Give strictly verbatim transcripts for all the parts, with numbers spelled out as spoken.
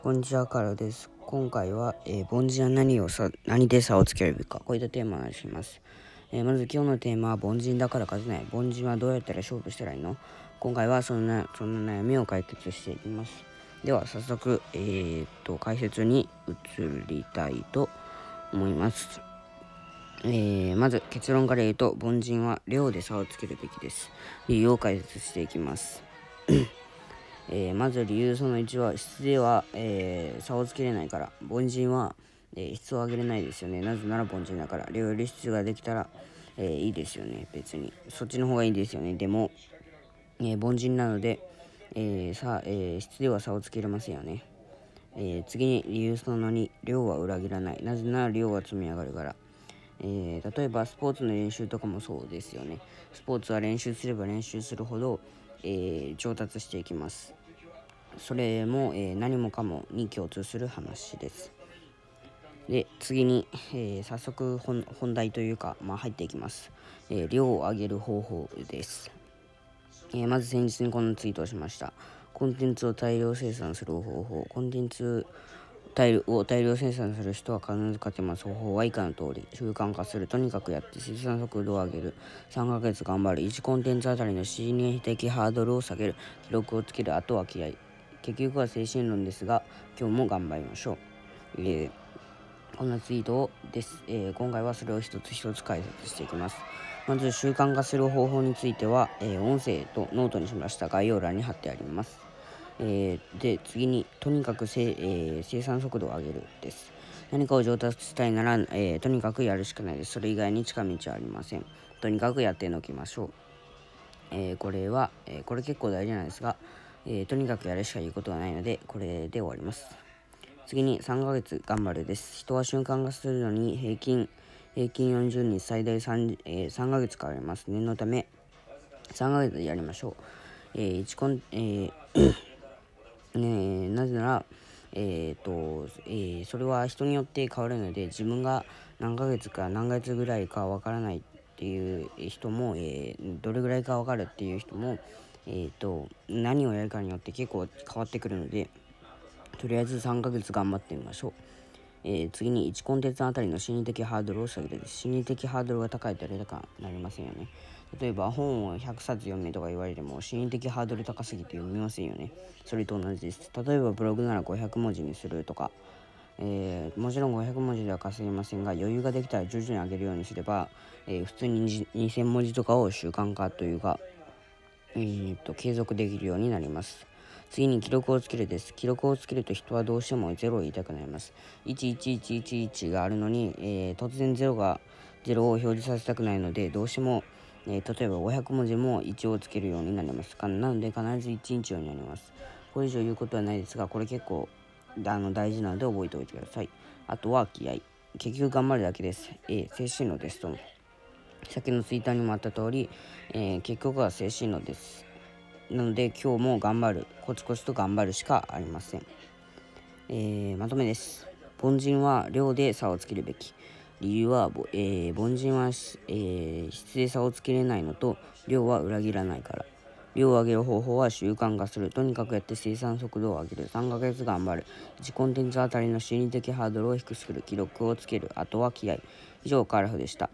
こんにちは、カラです。今回は、えー、凡人は何をさ何で差をつけるべきか、こういったテーマを話します。えー、まず今日のテーマは凡人だから勝てない。凡人はどうやったら勝負したらいいの？今回はそんなそんな悩みを解決していきます。では早速、えー、っと解説に移りたいと思います。えー、まず結論から言うと、凡人は量で差をつけるべきです。理由を解説していきます。えー、まず理由そのいちは、質では、えー、差をつけれないから。凡人は、えー、質を上げれないですよね。なぜなら凡人だから。量より質ができたら、えー、いいですよね。別にそっちの方がいいですよね。でも、えー、凡人なので、えーさえー、質では差をつけれませんよね。えー、次に理由そのに、量は裏切らない。なぜなら量は積み上がるから。えー、例えばスポーツの練習とかもそうですよね。スポーツは練習すれば練習するほど、えー、上達していきます。それも、えー、何もかもに共通する話です。で次に、えー、早速 本, 本題というか、まあ、入っていきます。えー、量を上げる方法です。えー、まず先日にこのツイートをしました。コンテンツを大量生産する方法。コンテンツを大量生産する人は必ず勝てます。方法は以下の通り。習慣化する。とにかくやって生産速度を上げる。さんかげつ頑張る。いちコンテンツあたりの心理的ハードルを下げる。記録をつける。あとは嫌い。結局は精神論ですが、今日も頑張りましょう。えー、こんなツイートをです、えー、今回はそれを一つ一つ解説していきます。まず習慣化する方法については、えー、音声とノートにしました。概要欄に貼ってあります。えー、で次にとにかくせ、えー、生産速度を上げるです。何かを上達したいなら、えー、とにかくやるしかないです。それ以外に近道はありません。とにかくやってのきましょう。えー、これは、えー、これ結構大事なんですが、えー、とにかくやるしか言うことはないので、これで終わります。次にさんかげつ頑張るです。人は習慣化するのに平均平均よんじゅうにち最大 3,、えー、さんかげつかかります。念のためさんかげつでやりましょう。えー、いちコン、えーね、なぜなら、えーとえー、それは人によって変わるので、自分が何ヶ月か何ヶ月ぐらいかわからないっていう人も、えー、どれぐらいかわかるっていう人も、えーと何をやるかによって結構変わってくるので、とりあえずさんかげつ頑張ってみましょう。えー、次にいちコンテンツあたりの心理的ハードルを下げるです。心理的ハードルが高いとやりたくなりませんよね。例えば本をひゃくさつ読めとか言われても心理的ハードル高すぎて読みませんよね。それと同じです。例えばブログならごひゃくもじにするとか、えー、もちろんごひゃくもじでは稼げませんが、余裕ができたら徐々に上げるようにすれば、えー、普通ににせんもじとかを習慣化というか、えー、と継続できるようになります。次に記録をつけるです。記録をつけると人はどうしてもゼロを言いたくなります。いちいちいちいちいちがあるのに、えー、突然ゼロがゼロを表示させたくないので、どうしても、えー、例えばごひゃくもじもいちをつけるようになります。なので必ずいちにちようになります。これ以上言うことはないですが、これ結構あの大事なので覚えておいてください。あとは気合。結局頑張るだけです。えー、精神論ですと。先のツイッターにもあった通り、えー、結局は精神論です。なので今日も頑張る、コツコツと頑張るしかありません。えー、まとめです。凡人は量で差をつけるべき。理由は、えー、凡人は、えー、質で差をつけれないのと、量は裏切らないから。量を上げる方法は習慣化する。とにかくやって生産速度を上げる。さんかげつ頑張る。いちコンテンツあたりの心理的ハードルを低くする。記録をつける。あとは気合。以上、カラフでした。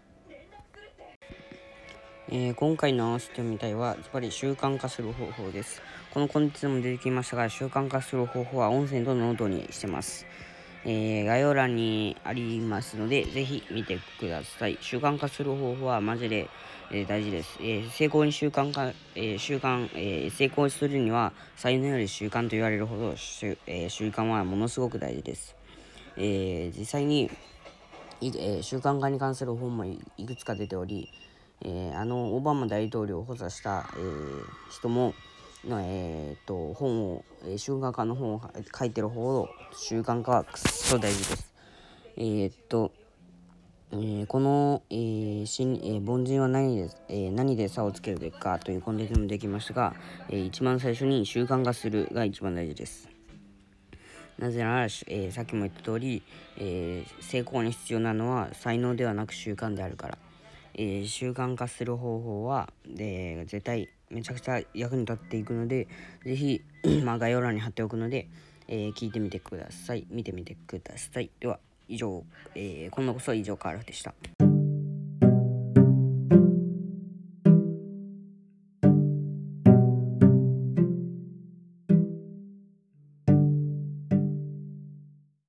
えー、今回の合わせてみたいはズバリ習慣化する方法です。このコンテンツも出てきましたが、習慣化する方法は音声とノートにしてます。えー、概要欄にありますのでぜひ見てください。習慣化する方法はマジで、えー、大事です。えー、成功に習慣化、えー、習慣、えー、成功するには才能より習慣と言われるほど習、えー、習慣はものすごく大事です。えー、実際にい、えー、習慣化に関する本もいくつか出ており、えー、あのオバマ大統領を補佐した、えー、人もの、えー、と本を、えー、習慣化の本を書いてるほど習慣化はくっそ大事です。えー、っと、えー、この、えー新えー、凡人は何で、えー、何で差をつけるべきかというコンテンツもできましたが、えー、一番最初に習慣化するが一番大事です。なぜなら、えー、さっきも言った通り、えー、成功に必要なのは才能ではなく習慣であるから。えー、習慣化する方法は、えー、絶対めちゃくちゃ役に立っていくので、ぜひ、まあ、概要欄に貼っておくので、 えー聞いてみてください。見てみてください。では以上、えー、今度こそ以上カールでした。